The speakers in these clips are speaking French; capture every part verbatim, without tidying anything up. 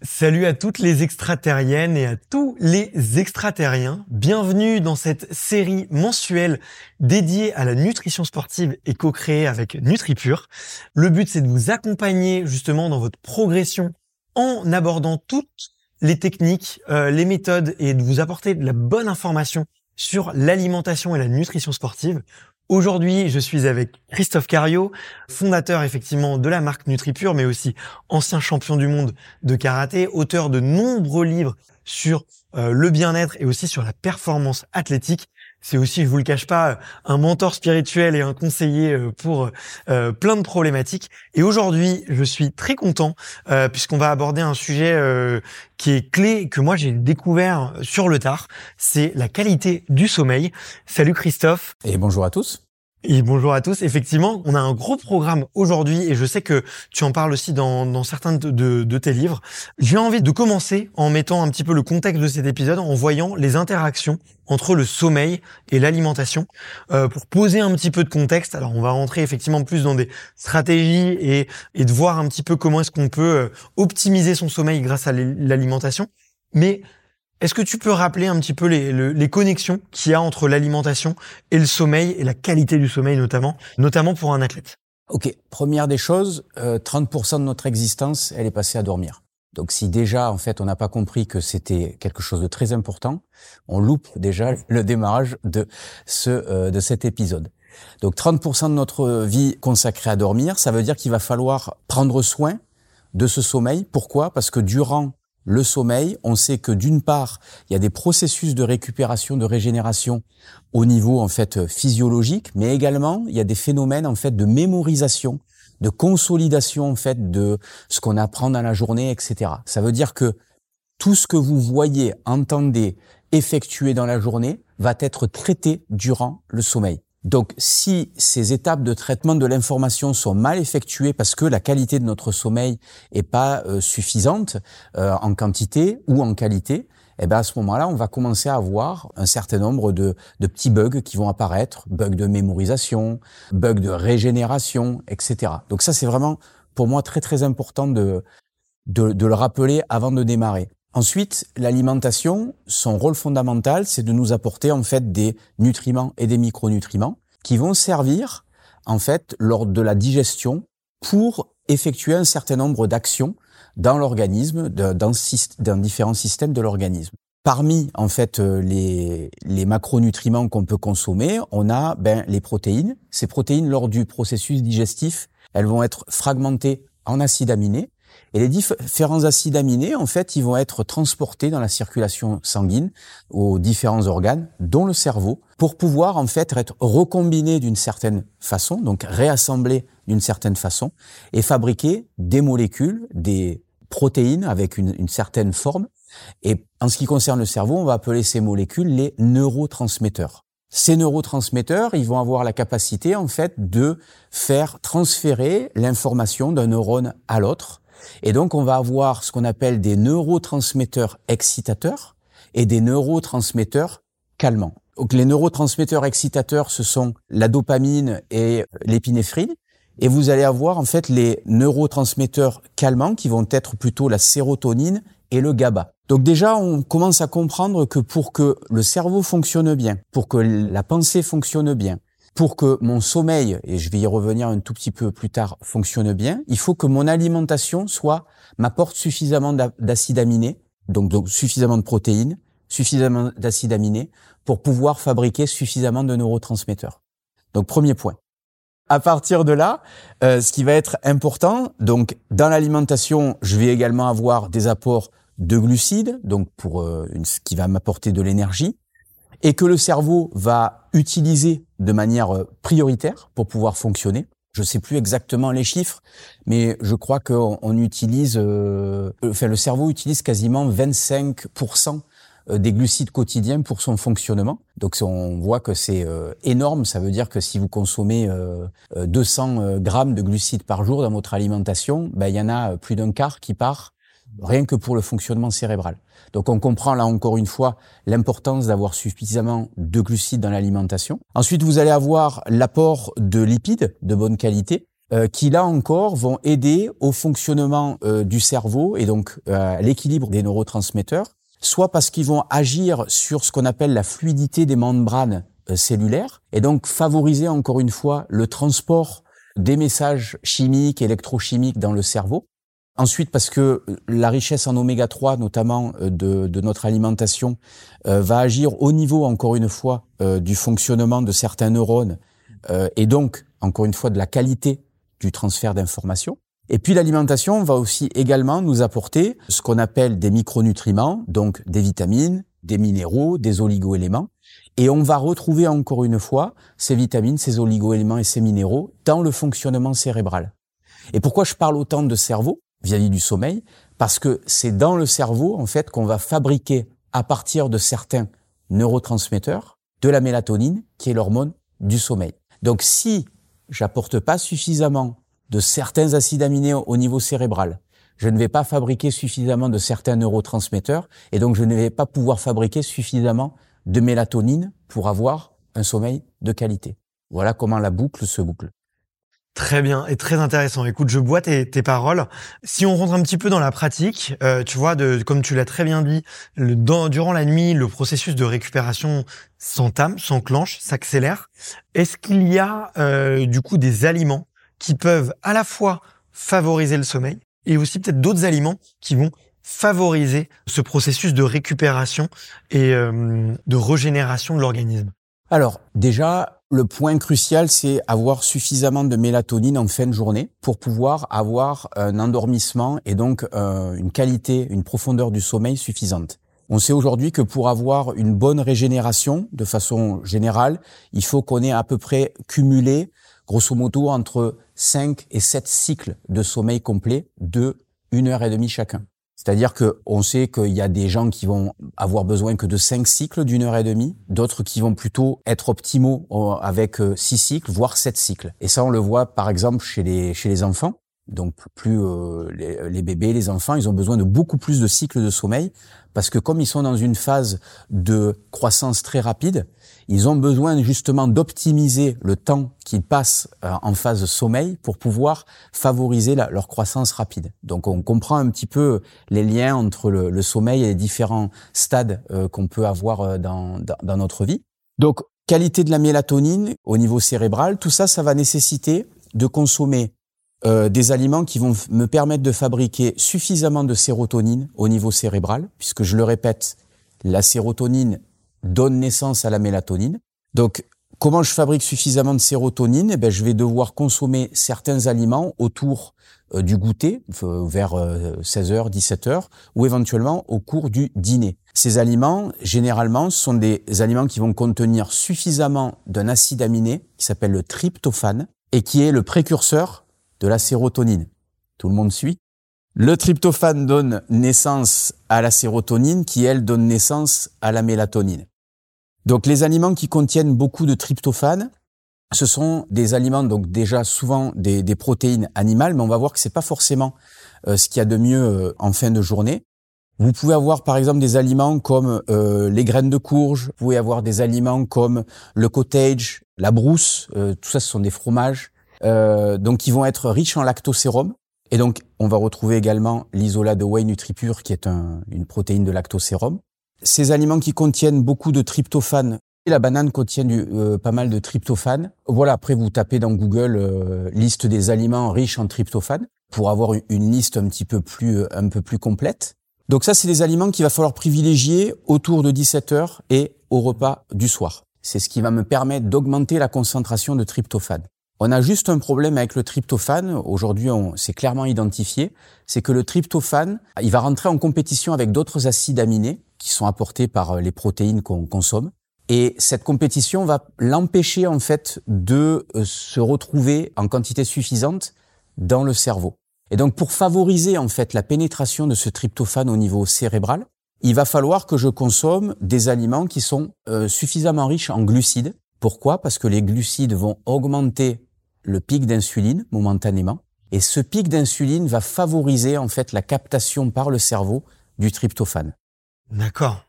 Salut à toutes les extraterriennes et à tous les extraterriens. Bienvenue dans cette série mensuelle dédiée à la nutrition sportive et co-créée avec NutriPure. Le but, c'est de vous accompagner justement dans votre progression en abordant toutes les techniques, euh, les méthodes et de vous apporter de la bonne information sur l'alimentation et la nutrition sportive. Aujourd'hui, je suis avec Christophe Cario, fondateur effectivement de la marque NutriPure, mais aussi ancien champion du monde de karaté, auteur de nombreux livres sur euh, le bien-être et aussi sur la performance athlétique. C'est aussi, je vous le cache pas, un mentor spirituel et un conseiller pour euh, plein de problématiques. Et aujourd'hui, je suis très content euh, puisqu'on va aborder un sujet euh, qui est clé, que moi j'ai découvert sur le tard. C'est la qualité du sommeil. Salut Christophe. Et bonjour à tous. Et bonjour à tous. Effectivement, on a un gros programme aujourd'hui et je sais que tu en parles aussi dans, dans certains de, de, de tes livres. J'ai envie de commencer en mettant un petit peu le contexte de cet épisode, en voyant les interactions entre le sommeil et l'alimentation. Euh, pour poser un petit peu de contexte, alors on va rentrer effectivement plus dans des stratégies et, et de voir un petit peu comment est-ce qu'on peut optimiser son sommeil grâce à l'alimentation. Mais est-ce que tu peux rappeler un petit peu les, les, les connexions qu'il y a entre l'alimentation et le sommeil et la qualité du sommeil notamment, notamment pour un athlète? Ok, première des choses, euh, trente pour cent de notre existence, elle est passée à dormir. Donc si déjà, en fait, on n'a pas compris que c'était quelque chose de très important, on loupe déjà le démarrage de ce euh, de cet épisode. Donc trente pour cent de notre vie consacrée à dormir, ça veut dire qu'il va falloir prendre soin de ce sommeil. Pourquoi ? Parce que durant le sommeil, on sait que d'une part, il y a des processus de récupération, de régénération au niveau en fait physiologique, mais également il y a des phénomènes en fait de mémorisation, de consolidation en fait de ce qu'on apprend dans la journée, et cetera. Ça veut dire que tout ce que vous voyez, entendez, effectuez dans la journée va être traité durant le sommeil. Donc, si ces étapes de traitement de l'information sont mal effectuées parce que la qualité de notre sommeil est pas euh, suffisante euh, en quantité ou en qualité, eh ben à ce moment-là, on va commencer à avoir un certain nombre de, de petits bugs qui vont apparaître, bugs de mémorisation, bugs de régénération, et cetera. Donc ça, c'est vraiment pour moi très très important de de, de le rappeler avant de démarrer. Ensuite, l'alimentation, son rôle fondamental, c'est de nous apporter en fait des nutriments et des micronutriments qui vont servir en fait lors de la digestion pour effectuer un certain nombre d'actions dans l'organisme, dans, dans différents systèmes de l'organisme. Parmi en fait les, les macronutriments qu'on peut consommer, on a ben, les protéines. Ces protéines, lors du processus digestif, elles vont être fragmentées en acides aminés. Et les différents acides aminés, en fait, ils vont être transportés dans la circulation sanguine aux différents organes, dont le cerveau, pour pouvoir, en fait, être recombinés d'une certaine façon, donc réassemblés d'une certaine façon, et fabriquer des molécules, des protéines avec une, une certaine forme. Et en ce qui concerne le cerveau, on va appeler ces molécules les neurotransmetteurs. Ces neurotransmetteurs, ils vont avoir la capacité, en fait, de faire transférer l'information d'un neurone à l'autre. Et donc, on va avoir ce qu'on appelle des neurotransmetteurs excitateurs et des neurotransmetteurs calmants. Donc, les neurotransmetteurs excitateurs, ce sont la dopamine et l'épinéphrine. Et vous allez avoir, en fait, les neurotransmetteurs calmants qui vont être plutôt la sérotonine et le GABA. Donc déjà, on commence à comprendre que pour que le cerveau fonctionne bien, pour que la pensée fonctionne bien, pour que mon sommeil, et je vais y revenir un tout petit peu plus tard, fonctionne bien, il faut que mon alimentation soit m'apporte suffisamment d'acides aminés, donc, donc suffisamment de protéines, suffisamment d'acides aminés pour pouvoir fabriquer suffisamment de neurotransmetteurs. Donc premier point. À partir de là, euh, ce qui va être important, donc dans l'alimentation, je vais également avoir des apports de glucides, donc pour euh, une, ce qui va m'apporter de l'énergie, et que le cerveau va utiliser de manière prioritaire pour pouvoir fonctionner. Je sais plus exactement les chiffres, mais je crois qu'on on utilise, euh, enfin le cerveau utilise quasiment vingt-cinq pour cent des glucides quotidiens pour son fonctionnement. Donc on voit que c'est euh, énorme. Ça veut dire que si vous consommez euh, deux cents grammes de glucides par jour dans votre alimentation, ben il y en a plus d'un quart qui part rien que pour le fonctionnement cérébral. Donc on comprend là encore une fois l'importance d'avoir suffisamment de glucides dans l'alimentation. Ensuite, vous allez avoir l'apport de lipides de bonne qualité. euh, qui là encore vont aider au fonctionnement euh, du cerveau et donc euh, à l'équilibre des neurotransmetteurs, soit parce qu'ils vont agir sur ce qu'on appelle la fluidité des membranes euh, cellulaires et donc favoriser encore une fois le transport des messages chimiques, électrochimiques dans le cerveau. Ensuite, parce que la richesse en oméga trois, notamment de, de notre alimentation, euh, va agir au niveau, encore une fois, euh, du fonctionnement de certains neurones euh, et donc, encore une fois, de la qualité du transfert d'informations. Et puis, l'alimentation va aussi également nous apporter ce qu'on appelle des micronutriments, donc des vitamines, des minéraux, des oligoéléments. Et on va retrouver, encore une fois, ces vitamines, ces oligoéléments et ces minéraux dans le fonctionnement cérébral. Et pourquoi je parle autant de cerveau vis-à-vis du sommeil? Parce que c'est dans le cerveau, en fait, qu'on va fabriquer, à partir de certains neurotransmetteurs, de la mélatonine, qui est l'hormone du sommeil. Donc, si j'apporte pas suffisamment de certains acides aminés au niveau cérébral, je ne vais pas fabriquer suffisamment de certains neurotransmetteurs, et donc je ne vais pas pouvoir fabriquer suffisamment de mélatonine pour avoir un sommeil de qualité. Voilà comment la boucle se boucle. Très bien et très intéressant. Écoute, je bois tes, tes paroles. Si on rentre un petit peu dans la pratique, euh, tu vois, de, comme tu l'as très bien dit, le, dans, durant la nuit, le processus de récupération s'entame, s'enclenche, s'accélère. Est-ce qu'il y a euh, du coup des aliments qui peuvent à la fois favoriser le sommeil et aussi peut-être d'autres aliments qui vont favoriser ce processus de récupération et euh, de régénération de l'organisme? Alors, déjà, le point crucial, c'est avoir suffisamment de mélatonine en fin de journée pour pouvoir avoir un endormissement et donc euh, une qualité, une profondeur du sommeil suffisante. On sait aujourd'hui que pour avoir une bonne régénération, de façon générale, il faut qu'on ait à peu près cumulé, grosso modo, entre cinq et sept cycles de sommeil complet de une heure et demie chacun. C'est-à-dire que on sait qu'il y a des gens qui vont avoir besoin que de cinq cycles d'une heure et demie, d'autres qui vont plutôt être optimaux avec six cycles, voire sept cycles. Et ça, on le voit par exemple chez les chez les enfants. Donc plus euh, les, les bébés, les enfants, ils ont besoin de beaucoup plus de cycles de sommeil parce que comme ils sont dans une phase de croissance très rapide, ils ont besoin justement d'optimiser le temps qu'ils passent euh, en phase sommeil pour pouvoir favoriser la, leur croissance rapide. Donc on comprend un petit peu les liens entre le, le sommeil et les différents stades euh, qu'on peut avoir euh, dans, dans, dans notre vie. Donc qualité de la mélatonine au niveau cérébral, tout ça, ça va nécessiter de consommer Euh, des aliments qui vont f- me permettre de fabriquer suffisamment de sérotonine au niveau cérébral, puisque je le répète, la sérotonine donne naissance à la mélatonine. Donc, comment je fabrique suffisamment de sérotonine? Eh ben, je vais devoir consommer certains aliments autour euh, du goûter, euh, vers euh, seize heures, dix-sept heures, ou éventuellement au cours du dîner. Ces aliments, généralement, sont des aliments qui vont contenir suffisamment d'un acide aminé qui s'appelle le tryptophane et qui est le précurseur de la sérotonine. Tout le monde suit? Le tryptophane donne naissance à la sérotonine qui, elle, donne naissance à la mélatonine. Donc, les aliments qui contiennent beaucoup de tryptophane, ce sont des aliments, donc déjà souvent des, des protéines animales, mais on va voir que c'est pas forcément euh, ce qu'il y a de mieux euh, en fin de journée. Vous pouvez avoir par exemple des aliments comme euh, les graines de courge, vous pouvez avoir des aliments comme le cottage, la brousse, euh, tout ça ce sont des fromages. Euh, donc qui vont être riches en lactosérum et donc on va retrouver également l'isolat de whey NutriPure qui est un, une protéine de lactosérum. Ces aliments qui contiennent beaucoup de tryptophane, et la banane contient du, euh, pas mal de tryptophane. Voilà, après vous tapez dans Google euh, liste des aliments riches en tryptophane pour avoir une, une liste un petit peu plus euh, un peu plus complète. Donc ça c'est des aliments qu'il va falloir privilégier autour de dix-sept heures et au repas du soir. C'est ce qui va me permettre d'augmenter la concentration de tryptophane. On a juste un problème avec le tryptophane. Aujourd'hui, on c'est clairement identifié. C'est que le tryptophane, il va rentrer en compétition avec d'autres acides aminés qui sont apportés par les protéines qu'on consomme. Et cette compétition va l'empêcher, en fait, de se retrouver en quantité suffisante dans le cerveau. Et donc, pour favoriser, en fait, la pénétration de ce tryptophane au niveau cérébral, il va falloir que je consomme des aliments qui sont euh, suffisamment riches en glucides. Pourquoi? Parce que les glucides vont augmenter le pic d'insuline momentanément et ce pic d'insuline va favoriser en fait la captation par le cerveau du tryptophane. D'accord.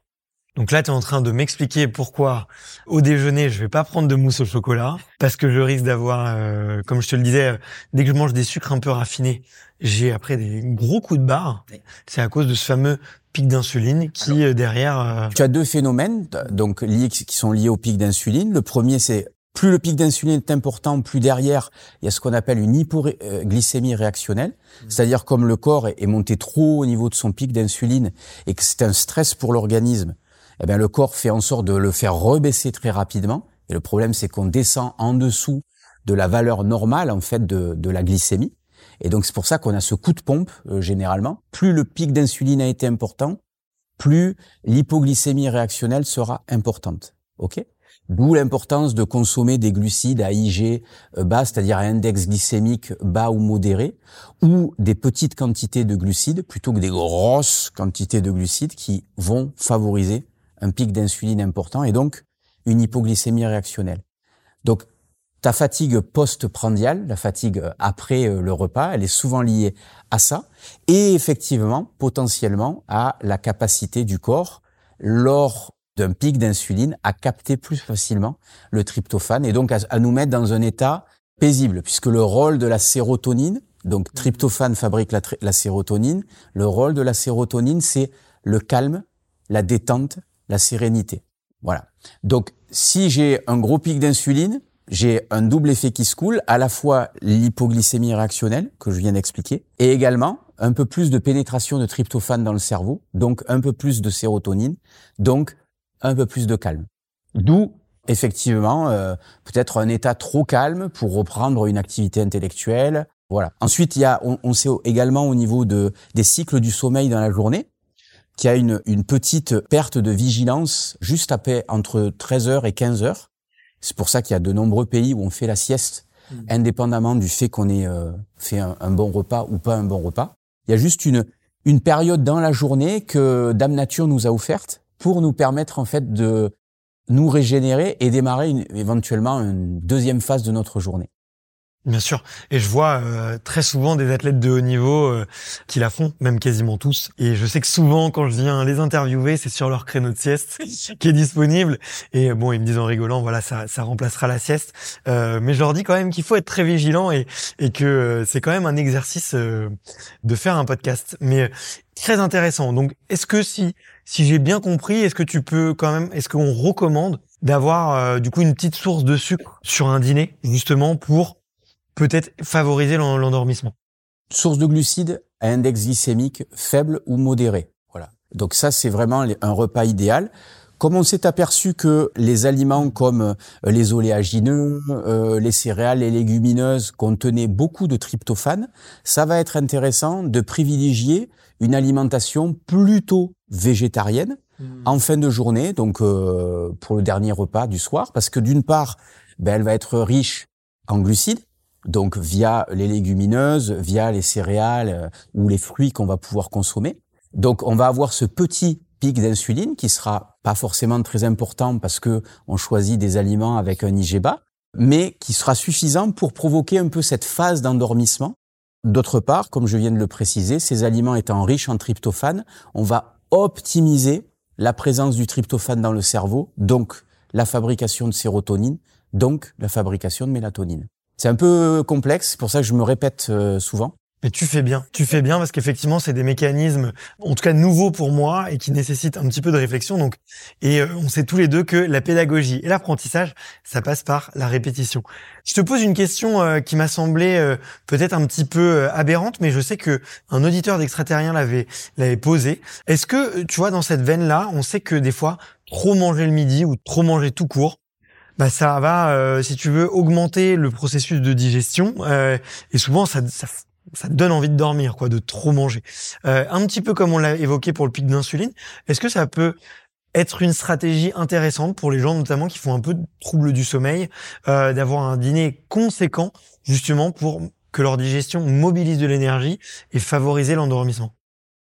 Donc là, tu es en train de m'expliquer pourquoi au déjeuner, je vais pas prendre de mousse au chocolat parce que je risque d'avoir, euh, comme je te le disais, euh, dès que je mange des sucres un peu raffinés, j'ai après des gros coups de barre. Oui. C'est à cause de ce fameux pic d'insuline qui, Alors, euh, derrière... Euh... Tu as deux phénomènes donc liés, qui sont liés au pic d'insuline. Le premier, c'est plus le pic d'insuline est important, plus derrière, il y a ce qu'on appelle une hypoglycémie réactionnelle. Mmh. C'est-à-dire comme le corps est monté trop haut au niveau de son pic d'insuline et que c'est un stress pour l'organisme, eh bien, le corps fait en sorte de le faire rebaisser très rapidement. Et le problème, c'est qu'on descend en dessous de la valeur normale, en fait, de, de la glycémie. Et donc, c'est pour ça qu'on a ce coup de pompe, euh, généralement. Plus le pic d'insuline a été important, plus l'hypoglycémie réactionnelle sera importante. OK ? D'où l'importance de consommer des glucides à I G bas, c'est-à-dire à index glycémique bas ou modéré, ou des petites quantités de glucides, plutôt que des grosses quantités de glucides qui vont favoriser un pic d'insuline important et donc une hypoglycémie réactionnelle. Donc, ta fatigue post-prandiale, la fatigue après le repas, elle est souvent liée à ça et effectivement, potentiellement, à la capacité du corps, lors d'un pic d'insuline, à capter plus facilement le tryptophane et donc à, à nous mettre dans un état paisible, puisque le rôle de la sérotonine, donc tryptophane fabrique la, la sérotonine, le rôle de la sérotonine, c'est le calme, la détente, la sérénité. Voilà. Donc, si j'ai un gros pic d'insuline, j'ai un double effet qui se coule, à la fois l'hypoglycémie réactionnelle, que je viens d'expliquer, et également un peu plus de pénétration de tryptophane dans le cerveau, donc un peu plus de sérotonine, donc un peu plus de calme. D'où, effectivement, euh, peut-être un état trop calme pour reprendre une activité intellectuelle. Voilà. Ensuite, il y a, on, on sait également au niveau de, des cycles du sommeil dans la journée, qu'il y a une, une petite perte de vigilance juste après, entre treize heures et quinze heures. C'est pour ça qu'il y a de nombreux pays où on fait la sieste, mmh. indépendamment du fait qu'on ait euh, fait un, un bon repas ou pas un bon repas. Il y a juste une, une période dans la journée que Dame Nature nous a offerte pour nous permettre en fait de nous régénérer et démarrer une, éventuellement une deuxième phase de notre journée. Bien sûr. Et je vois euh, très souvent des athlètes de haut niveau euh, qui la font, même quasiment tous. Et je sais que souvent, quand je viens les interviewer, c'est sur leur créneau de sieste qui est disponible. Et bon, ils me disent en rigolant, voilà, ça, ça remplacera la sieste. Euh, mais je leur dis quand même qu'il faut être très vigilant et, et que euh, c'est quand même un exercice euh, de faire un podcast. Mais euh, très intéressant. Donc, est-ce que si si j'ai bien compris, est-ce que tu peux quand même, est-ce qu'on recommande d'avoir euh, du coup une petite source de sucre sur un dîner, justement pour peut-être favoriser l'endormissement? Source de glucides à index glycémique faible ou modéré. Voilà. Donc ça, c'est vraiment un repas idéal. Comme on s'est aperçu que les aliments comme les oléagineux, euh, les céréales, les légumineuses contenaient beaucoup de tryptophane, ça va être intéressant de privilégier une alimentation plutôt végétarienne mmh. en fin de journée, donc euh, pour le dernier repas du soir, parce que d'une part, ben, elle va être riche en glucides, donc via les légumineuses, via les céréales euh, ou les fruits qu'on va pouvoir consommer. Donc on va avoir ce petit pic d'insuline qui sera pas forcément très important parce que on choisit des aliments avec un I G bas, mais qui sera suffisant pour provoquer un peu cette phase d'endormissement. D'autre part, comme je viens de le préciser, ces aliments étant riches en tryptophane, on va optimiser la présence du tryptophane dans le cerveau, donc la fabrication de sérotonine, donc la fabrication de mélatonine. C'est un peu complexe, c'est pour ça que je me répète euh, souvent. Mais tu fais bien, tu fais bien parce qu'effectivement c'est des mécanismes, en tout cas nouveaux pour moi et qui nécessitent un petit peu de réflexion. Donc, et euh, on sait tous les deux que la pédagogie et l'apprentissage, ça passe par la répétition. Je te pose une question euh, qui m'a semblé euh, peut-être un petit peu euh, aberrante, mais je sais que un auditeur d'Extraterrien l'avait l'avait posé. Est-ce que tu vois dans cette veine-là, on sait que des fois trop manger le midi ou trop manger tout court, bah ça va, euh, si tu veux, augmenter le processus de digestion euh, et souvent ça ça ça te donne envie de dormir, quoi, de trop manger. Euh, un petit peu comme on l'a évoqué pour le pic d'insuline, est-ce que ça peut être une stratégie intéressante pour les gens, notamment qui font un peu de troubles du sommeil, euh, d'avoir un dîner conséquent, justement pour que leur digestion mobilise de l'énergie et favoriser l'endormissement?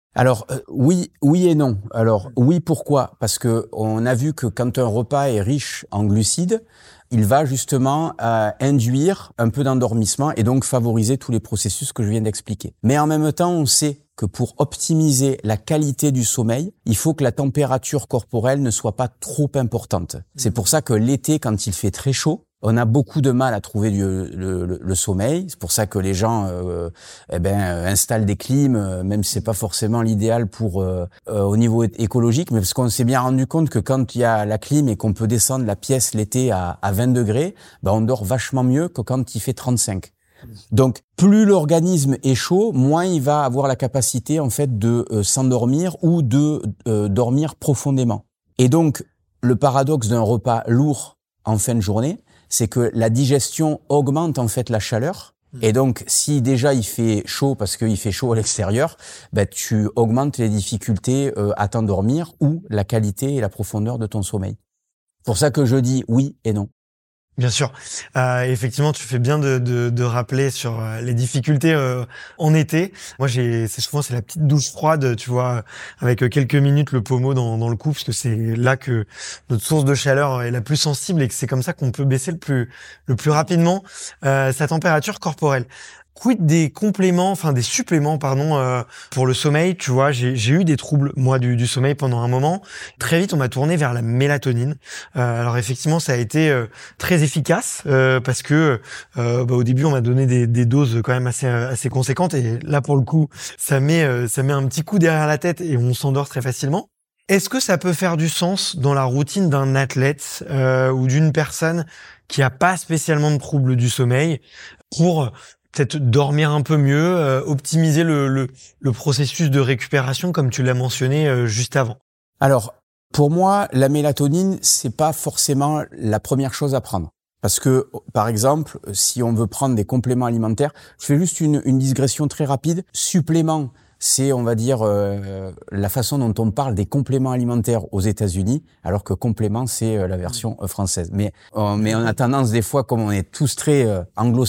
Alors euh, oui, oui et non. Alors oui, pourquoi ? Parce que on a vu que quand un repas est riche en glucides, il va justement euh, induire un peu d'endormissement et donc favoriser tous les processus que je viens d'expliquer. Mais en même temps, on sait que pour optimiser la qualité du sommeil, il faut que la température corporelle ne soit pas trop importante. C'est pour ça que l'été, quand il fait très chaud, on a beaucoup de mal à trouver du, le, le, le sommeil. C'est pour ça que les gens euh, eh ben, installent des clims, euh, même si c'est pas forcément l'idéal pour euh, euh, au niveau écologique, mais parce qu'on s'est bien rendu compte que quand il y a la clim et qu'on peut descendre la pièce l'été à, à vingt degrés, ben on dort vachement mieux que quand il fait trente-cinq. Donc, plus l'organisme est chaud, moins il va avoir la capacité en fait de euh, s'endormir ou de euh, dormir profondément. Et donc, le paradoxe d'un repas lourd en fin de journée, c'est que la digestion augmente en fait la chaleur. Et donc, si déjà il fait chaud parce qu'il fait chaud à l'extérieur, ben tu augmentes les difficultés euh, à t'endormir ou la qualité et la profondeur de ton sommeil. C'est pour ça que je dis oui et non. Bien sûr. Euh, effectivement, tu fais bien de, de, de rappeler sur euh, les difficultés euh, en été. Moi, j'ai, c'est souvent c'est la petite douche froide, tu vois, avec quelques minutes le pommeau dans, dans le cou, parce que c'est là que notre source de chaleur est la plus sensible et que c'est comme ça qu'on peut baisser le plus le plus rapidement euh, sa température corporelle. Quid des compléments, enfin des suppléments, pardon, euh, pour le sommeil. Tu vois, j'ai, j'ai eu des troubles moi du, du sommeil pendant un moment. Très vite, on m'a tourné vers la mélatonine. Euh, alors effectivement, ça a été euh, très efficace euh, parce que euh, bah, au début, on m'a donné des, des doses quand même assez assez conséquentes. Et là, pour le coup, ça met euh, ça met un petit coup derrière la tête et on s'endort très facilement. Est-ce que ça peut faire du sens dans la routine d'un athlète euh, ou d'une personne qui a pas spécialement de troubles du sommeil pour peut-être dormir un peu mieux, euh, optimiser le, le, le processus de récupération comme tu l'as mentionné euh, juste avant? Alors, pour moi, la mélatonine, c'est pas forcément la première chose à prendre. Parce que, par exemple, si on veut prendre des compléments alimentaires, je fais juste une, une digression très rapide. Supplément, c'est, on va dire, euh, la façon dont on parle des compléments alimentaires aux États-Unis, alors que complément, c'est euh, la version euh, française. Mais, euh, mais on a tendance, des fois, comme on est tous très euh,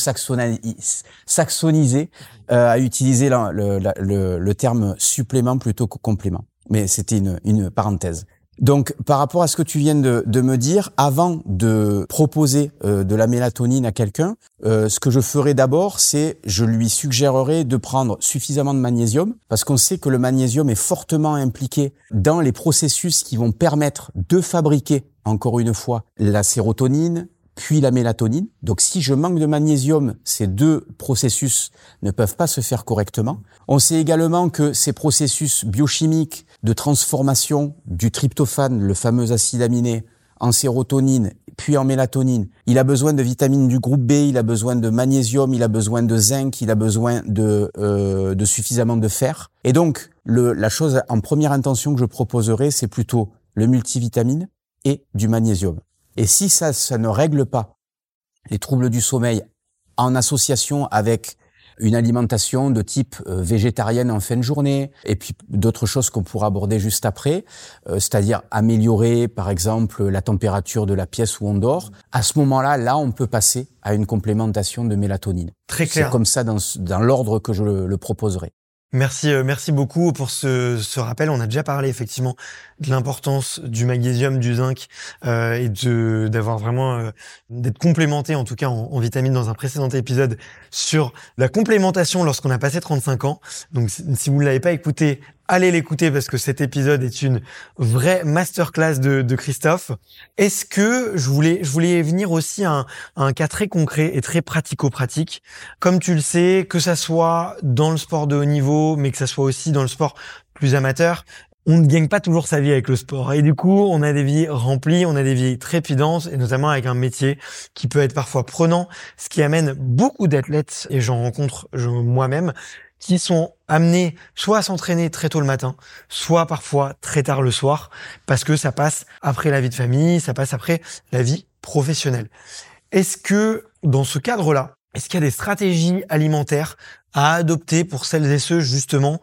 anglo-saxonisés, euh, à utiliser la, le, la, le, le terme supplément plutôt que complément. Mais c'était une, une parenthèse. Donc, par rapport à ce que tu viens de, de me dire, avant de proposer euh, de la mélatonine à quelqu'un, euh, ce que je ferai d'abord, c'est je lui suggérerai de prendre suffisamment de magnésium, parce qu'on sait que le magnésium est fortement impliqué dans les processus qui vont permettre de fabriquer, encore une fois, la sérotonine, puis la mélatonine. Donc, si je manque de magnésium, ces deux processus ne peuvent pas se faire correctement. On sait également que ces processus biochimiques de transformation du tryptophane, le fameux acide aminé, en sérotonine, puis en mélatonine, il a besoin de vitamines du groupe B, il a besoin de magnésium, il a besoin de zinc, il a besoin de, euh, de suffisamment de fer. Et donc, le, la chose en première intention que je proposerai, c'est plutôt le multivitamine et du magnésium. Et si ça, ça ne règle pas les troubles du sommeil en association avec une alimentation de type euh, végétarienne en fin de journée, et puis d'autres choses qu'on pourra aborder juste après, euh, c'est-à-dire améliorer, par exemple, la température de la pièce où on dort, à ce moment-là, là, on peut passer à une complémentation de mélatonine. Très clair. C'est comme ça dans, dans l'ordre que je le, le proposerai. Merci, euh, merci beaucoup pour ce, ce rappel. On a déjà parlé effectivement de l'importance du magnésium, du zinc euh, et de d'avoir vraiment euh, d'être complémenté en tout cas en, en vitamines dans un précédent épisode sur la complémentation lorsqu'on a passé trente-cinq ans. Donc si vous ne l'avez pas écouté, allez l'écouter parce que cet épisode est une vraie masterclass de, de Christophe. Est-ce que je voulais, je voulais venir aussi à un, à un cas très concret et très pratico-pratique. Comme tu le sais, que ça soit dans le sport de haut niveau, mais que ça soit aussi dans le sport plus amateur, on ne gagne pas toujours sa vie avec le sport. Et du coup, on a des vies remplies, on a des vies trépidantes, et notamment avec un métier qui peut être parfois prenant, ce qui amène beaucoup d'athlètes, et j'en rencontre je, moi-même, qui sont amenés soit à s'entraîner très tôt le matin, soit parfois très tard le soir, parce que ça passe après la vie de famille, ça passe après la vie professionnelle. Est-ce que, dans ce cadre-là, est-ce qu'il y a des stratégies alimentaires à adopter pour celles et ceux, justement,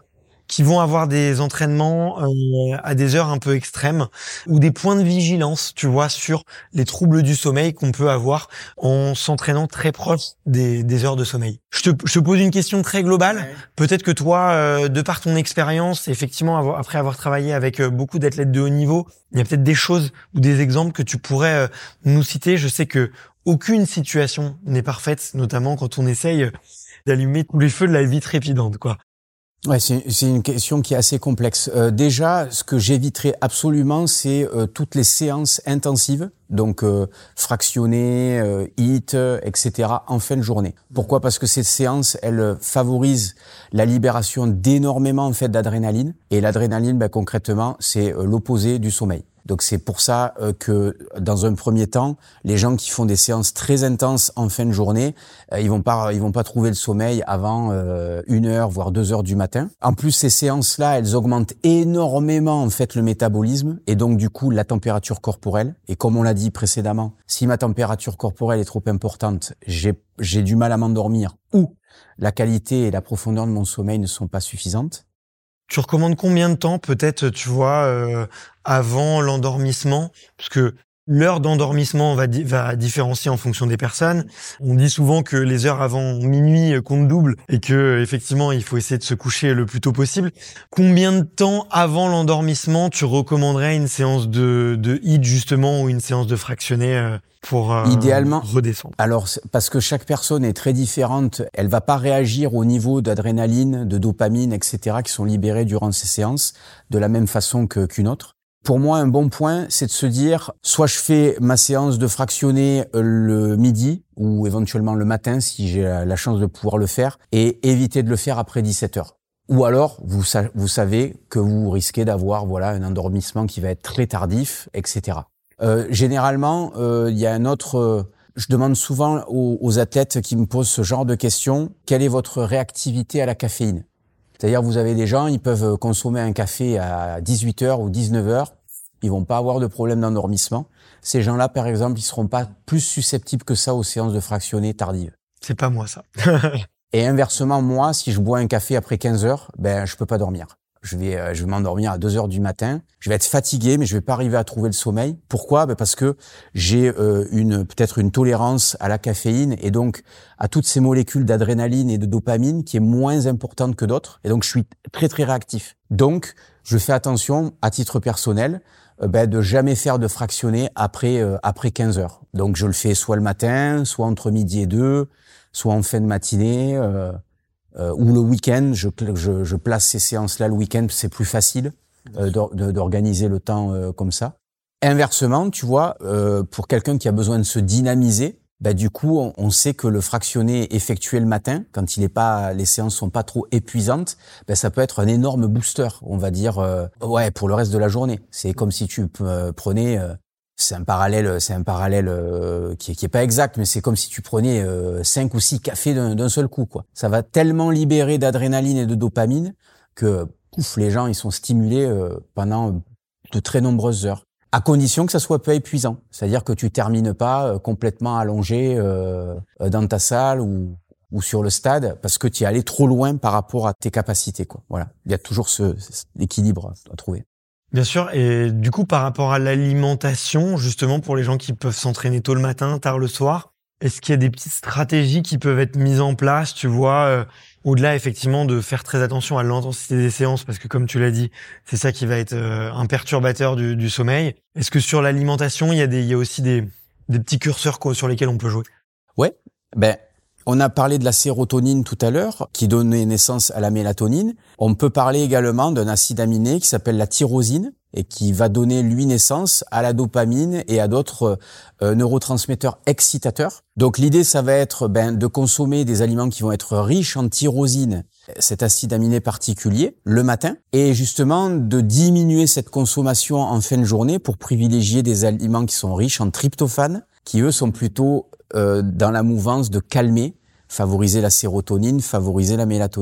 qui vont avoir des entraînements euh, à des heures un peu extrêmes ou des points de vigilance, tu vois, sur les troubles du sommeil qu'on peut avoir en s'entraînant très proche des, des heures de sommeil. Je te, je te pose une question très globale. Ouais. Peut-être que toi, euh, de par ton expérience, effectivement, avoir, après avoir travaillé avec euh, beaucoup d'athlètes de haut niveau, il y a peut-être des choses ou des exemples que tu pourrais euh, nous citer. Je sais que aucune situation n'est parfaite, notamment quand on essaye d'allumer tous les feux de la vie trépidante, quoi. Ouais, c'est, c'est une question qui est assez complexe. Euh, déjà, ce que j'éviterai absolument, c'est euh, toutes les séances intensives, donc euh, fractionnées, euh, hit, et cetera, en fin de journée. Pourquoi ? Parce que ces séances, elles favorisent la libération d'énormément en fait d'adrénaline. Et l'adrénaline, ben, concrètement, c'est euh, l'opposé du sommeil. Donc c'est pour ça euh, que dans un premier temps, les gens qui font des séances très intenses en fin de journée, euh, ils vont pas, ils vont pas trouver le sommeil avant euh, une heure voire deux heures du matin. En plus, ces séances-là, elles augmentent énormément en fait le métabolisme et donc du coup la température corporelle. Et comme on l'a dit précédemment, si ma température corporelle est trop importante, j'ai j'ai du mal à m'endormir ou la qualité et la profondeur de mon sommeil ne sont pas suffisantes. Tu recommandes combien de temps, peut-être, tu vois, euh, avant l'endormissement? Parce que l'heure d'endormissement va, di- va différencier en fonction des personnes. On dit souvent que les heures avant minuit comptent double et que effectivement, il faut essayer de se coucher le plus tôt possible. Combien de temps avant l'endormissement tu recommanderais une séance de, de hit justement ou une séance de fractionné euh, pour euh, idéalement redescendre? Alors, parce que chaque personne est très différente, elle va pas réagir au niveau d'adrénaline, de dopamine, et cetera, qui sont libérés durant ces séances de la même façon que, qu'une autre. Pour moi, un bon point, c'est de se dire, soit je fais ma séance de fractionné le midi ou éventuellement le matin si j'ai la chance de pouvoir le faire et éviter de le faire après dix-sept heures. Ou alors, vous, sa- vous savez que vous risquez d'avoir voilà un endormissement qui va être très tardif, et cetera. Euh, généralement, euh, il y a un autre... Euh, je demande souvent aux, aux athlètes qui me posent ce genre de questions, quelle est votre réactivité à la caféine ? C'est-à-dire, vous avez des gens, ils peuvent consommer un café à dix-huit heures ou dix-neuf heures, ils vont pas avoir de problème d'endormissement. Ces gens-là, par exemple, ils seront pas plus susceptibles que ça aux séances de fractionné tardives. C'est pas moi, ça. Et inversement, moi, si je bois un café après quinze heures, ben, je peux pas dormir. Je vais, euh, je vais m'endormir à deux heures du matin. Je vais être fatigué, mais je vais pas arriver à trouver le sommeil. Pourquoi ? Ben parce que j'ai euh, une peut-être une tolérance à la caféine et donc à toutes ces molécules d'adrénaline et de dopamine qui est moins importante que d'autres. Et donc je suis très très réactif. Donc je fais attention à titre personnel euh, ben, de jamais faire de fractionné après euh, après quinze heures. Donc je le fais soit le matin, soit entre midi et deux, soit en fin de matinée. Euh, Euh, ou le week-end, je, je, je place ces séances-là le week-end, c'est plus facile euh, d'or, de, d'organiser le temps euh, comme ça. Inversement, tu vois, euh, pour quelqu'un qui a besoin de se dynamiser, bah du coup, on, on sait que le fractionné effectué le matin, quand il est pas, les séances sont pas trop épuisantes, bah ça peut être un énorme booster, on va dire, euh, ouais, pour le reste de la journée. C'est comme si tu euh, prenais euh, C'est un parallèle, c'est un parallèle euh, qui, est, qui est pas exact, mais c'est comme si tu prenais euh, cinq ou six cafés d'un, d'un seul coup, quoi. Ça va tellement libérer d'adrénaline et de dopamine que pouf, les gens ils sont stimulés euh, pendant de très nombreuses heures, à condition que ça soit peu épuisant, c'est-à-dire que tu termines pas euh, complètement allongé euh, dans ta salle ou ou sur le stade parce que tu es allé trop loin par rapport à tes capacités, quoi. Voilà, il y a toujours ce, cet équilibre à trouver. Bien sûr, et du coup, par rapport à l'alimentation, justement, pour les gens qui peuvent s'entraîner tôt le matin, tard le soir, est-ce qu'il y a des petites stratégies qui peuvent être mises en place, tu vois, euh, au-delà, effectivement, de faire très attention à l'intensité des séances, parce que comme tu l'as dit, c'est ça qui va être euh, un perturbateur du, du sommeil. Est-ce que sur l'alimentation, il y a des, il y a aussi des, des petits curseurs quoi, sur lesquels on peut jouer? Ouais, ben... On a parlé de la sérotonine tout à l'heure, qui donnait naissance à la mélatonine. On peut parler également d'un acide aminé qui s'appelle la tyrosine et qui va donner, lui, naissance à la dopamine et à d'autres euh, neurotransmetteurs excitateurs. Donc l'idée, ça va être ben, de consommer des aliments qui vont être riches en tyrosine, cet acide aminé particulier, le matin, et justement de diminuer cette consommation en fin de journée pour privilégier des aliments qui sont riches en tryptophane, qui eux sont plutôt euh, dans la mouvance de calmer, favoriser la sérotonine, favoriser la mélatonine.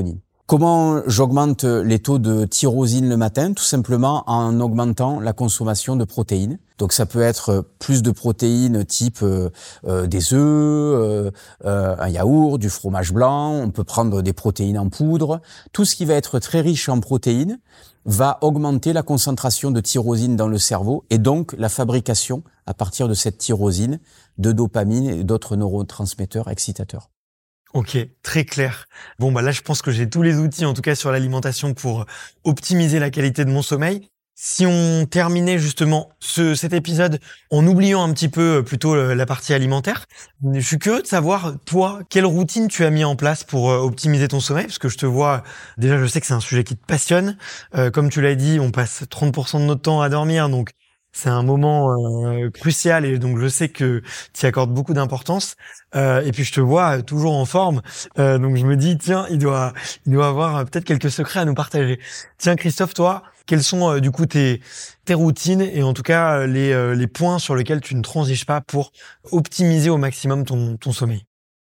Comment j'augmente les taux de tyrosine le matin? Tout simplement en augmentant la consommation de protéines. Donc ça peut être plus de protéines type euh, euh, des œufs, euh, euh, un yaourt, du fromage blanc, on peut prendre des protéines en poudre. Tout ce qui va être très riche en protéines va augmenter la concentration de tyrosine dans le cerveau et donc la fabrication à partir de cette tyrosine de dopamine et d'autres neurotransmetteurs excitateurs. Ok, très clair. Bon, bah là, je pense que j'ai tous les outils, en tout cas sur l'alimentation, pour optimiser la qualité de mon sommeil. Si on terminait justement ce, cet épisode en oubliant un petit peu plutôt la partie alimentaire, je suis curieux de savoir, toi, quelle routine tu as mis en place pour optimiser ton sommeil, parce que je te vois, déjà, je sais que c'est un sujet qui te passionne. Euh, comme tu l'as dit, on passe trente pour cent de notre temps à dormir, donc c'est un moment euh, crucial et donc je sais que tu y accordes beaucoup d'importance. Euh, et puis je te vois toujours en forme, euh, donc je me dis tiens, il doit, il doit avoir peut-être quelques secrets à nous partager. Tiens Christophe, toi, quelles sont euh, du coup tes tes routines et en tout cas les euh, les points sur lesquels tu ne transiges pas pour optimiser au maximum ton ton sommeil?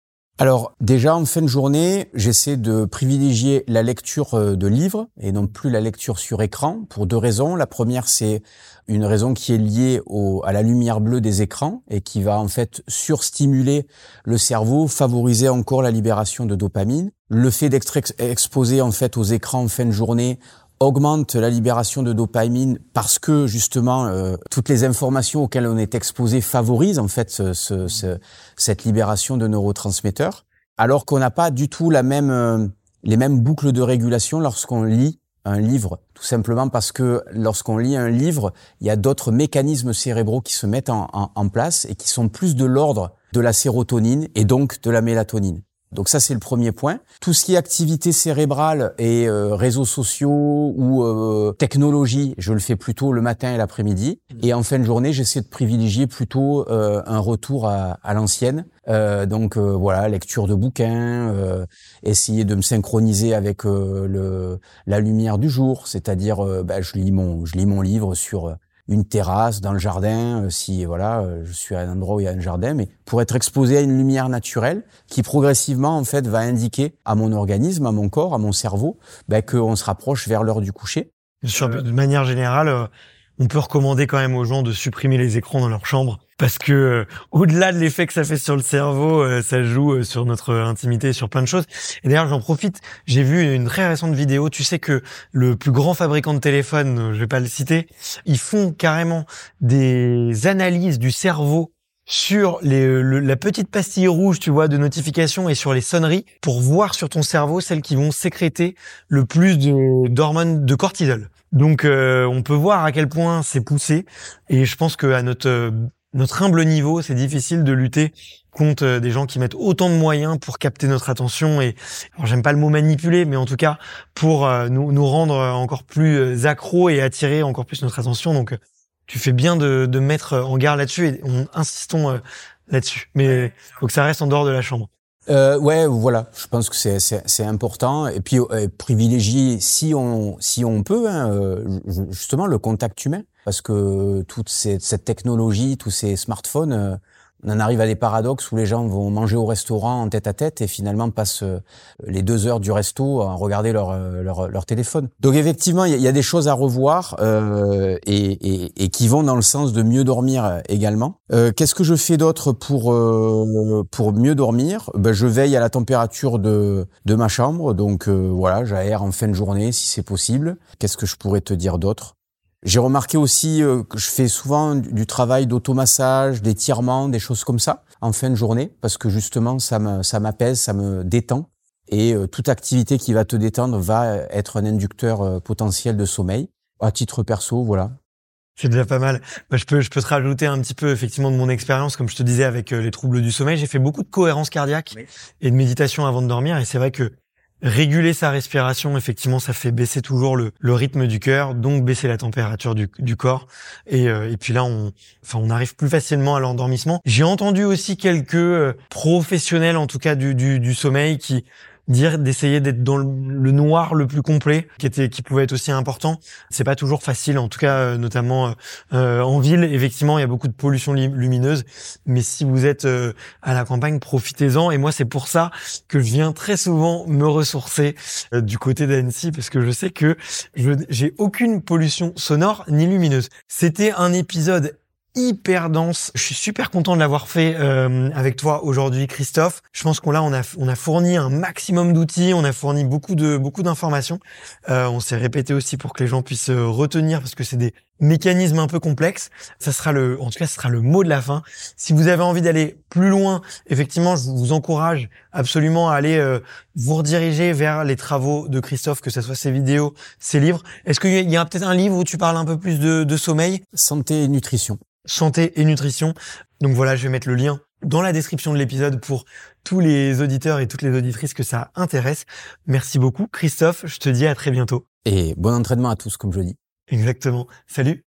Alors déjà en fin de journée, j'essaie de privilégier la lecture de livres et non plus la lecture sur écran pour deux raisons. La première, c'est une raison qui est liée au, à la lumière bleue des écrans et qui va en fait surstimuler le cerveau, favoriser encore la libération de dopamine. Le fait d'être exposé en fait aux écrans en fin de journée augmente la libération de dopamine parce que justement euh, toutes les informations auxquelles on est exposé favorisent en fait ce, ce, ce, cette libération de neurotransmetteurs, alors qu'on n'a pas du tout la même euh, les mêmes boucles de régulation lorsqu'on lit un livre, tout simplement parce que lorsqu'on lit un livre, il y a d'autres mécanismes cérébraux qui se mettent en, en, en place et qui sont plus de l'ordre de la sérotonine et donc de la mélatonine. Donc ça, c'est le premier point. Tout ce qui est activité cérébrale et euh, réseaux sociaux ou euh, technologie, je le fais plutôt le matin et l'après-midi. Et en fin de journée, j'essaie de privilégier plutôt euh, un retour à, à l'ancienne. Euh, donc euh, voilà, lecture de bouquins, euh, essayer de me synchroniser avec euh, le, la lumière du jour, c'est-à-dire euh, bah, je lis mon je lis mon livre sur une terrasse, dans le jardin, euh, si voilà, euh, je suis à un endroit où il y a un jardin, mais pour être exposé à une lumière naturelle qui progressivement en fait va indiquer à mon organisme, à mon corps, à mon cerveau, ben, qu'on se rapproche vers l'heure du coucher. Bien sûr, de manière générale, euh, on peut recommander quand même aux gens de supprimer les écrans dans leur chambre parce que euh, au-delà de l'effet que ça fait sur le cerveau, euh, ça joue euh, sur notre intimité, sur plein de choses. Et d'ailleurs, j'en profite, j'ai vu une très récente vidéo, tu sais que le plus grand fabricant de téléphones, euh, je vais pas le citer, ils font carrément des analyses du cerveau sur les, le, la petite pastille rouge, tu vois, de notification et sur les sonneries pour voir sur ton cerveau celles qui vont sécréter le plus de, d'hormones de cortisol. Donc, euh, on peut voir à quel point c'est poussé et je pense que à notre euh, notre humble niveau, c'est difficile de lutter contre euh, des gens qui mettent autant de moyens pour capter notre attention et, alors j'aime pas le mot manipuler, mais en tout cas pour euh, nous nous rendre encore plus accros et attirer encore plus notre attention. Donc tu fais bien de, de mettre en garde là-dessus et on, insistons euh, là-dessus. Mais faut que ça reste en dehors de la chambre. Euh, ouais, voilà. Je pense que c'est c'est, c'est important. Et puis euh, privilégier, si on si on peut, hein, euh, justement le contact humain, parce que toute ces, cette technologie, tous ces smartphones. Euh, On en arrive à des paradoxes où les gens vont manger au restaurant en tête à tête et finalement passent les deux heures du resto à regarder leur leur, leur téléphone. Donc effectivement, il y, y a des choses à revoir euh, et, et, et qui vont dans le sens de mieux dormir également. Euh, qu'est-ce que je fais d'autre pour euh, pour mieux dormir? Ben, je veille à la température de de ma chambre. Donc euh, voilà, j'aère en fin de journée si c'est possible. Qu'est-ce que je pourrais te dire d'autre? J'ai remarqué aussi euh, que je fais souvent du, du travail d'automassage, d'étirement, des choses comme ça en fin de journée parce que justement ça me ça m'apaise, ça me détend et euh, toute activité qui va te détendre va être un inducteur euh, potentiel de sommeil. À titre perso, voilà. C'est déjà pas mal. Bah, je peux je peux te rajouter un petit peu effectivement de mon expérience, comme je te disais avec euh, les troubles du sommeil. J'ai fait beaucoup de cohérence cardiaque oui. et de méditation avant de dormir et c'est vrai que réguler sa respiration, effectivement, ça fait baisser toujours le, le rythme du cœur, donc baisser la température du, du corps. Et, euh, et puis là, on, enfin, on arrive plus facilement à l'endormissement. J'ai entendu aussi quelques euh, professionnels, en tout cas du, du, du sommeil, qui dire d'essayer d'être dans le, le noir le plus complet, qui était, qui pouvait être aussi important. C'est pas toujours facile, en tout cas, euh, notamment euh, en ville. Effectivement, il y a beaucoup de pollution lumineuse, mais si vous êtes euh, à la campagne, profitez-en. Et moi, c'est pour ça que je viens très souvent me ressourcer euh, du côté d'Annecy, parce que je sais que je j'ai aucune pollution sonore ni lumineuse. C'était un épisode hyper dense. Je suis super content de l'avoir fait euh, avec toi aujourd'hui, Christophe. Je pense qu'on là on a on a fourni un maximum d'outils, on a fourni beaucoup de beaucoup d'informations. Euh, on s'est répété aussi pour que les gens puissent retenir, parce que c'est des mécanismes un peu complexes. Ça sera le en tout cas ce sera le mot de la fin. Si vous avez envie d'aller plus loin, effectivement, je vous encourage absolument à aller euh, vous rediriger vers les travaux de Christophe, que ce soit ses vidéos, ses livres. Est-ce qu'il y a, il y a peut-être un livre où tu parles un peu plus de, de sommeil? Santé et nutrition. Santé et nutrition. Donc voilà, je vais mettre le lien dans la description de l'épisode pour tous les auditeurs et toutes les auditrices que ça intéresse. Merci beaucoup, Christophe. Je te dis à très bientôt. Et bon entraînement à tous, comme je dis. Exactement. Salut.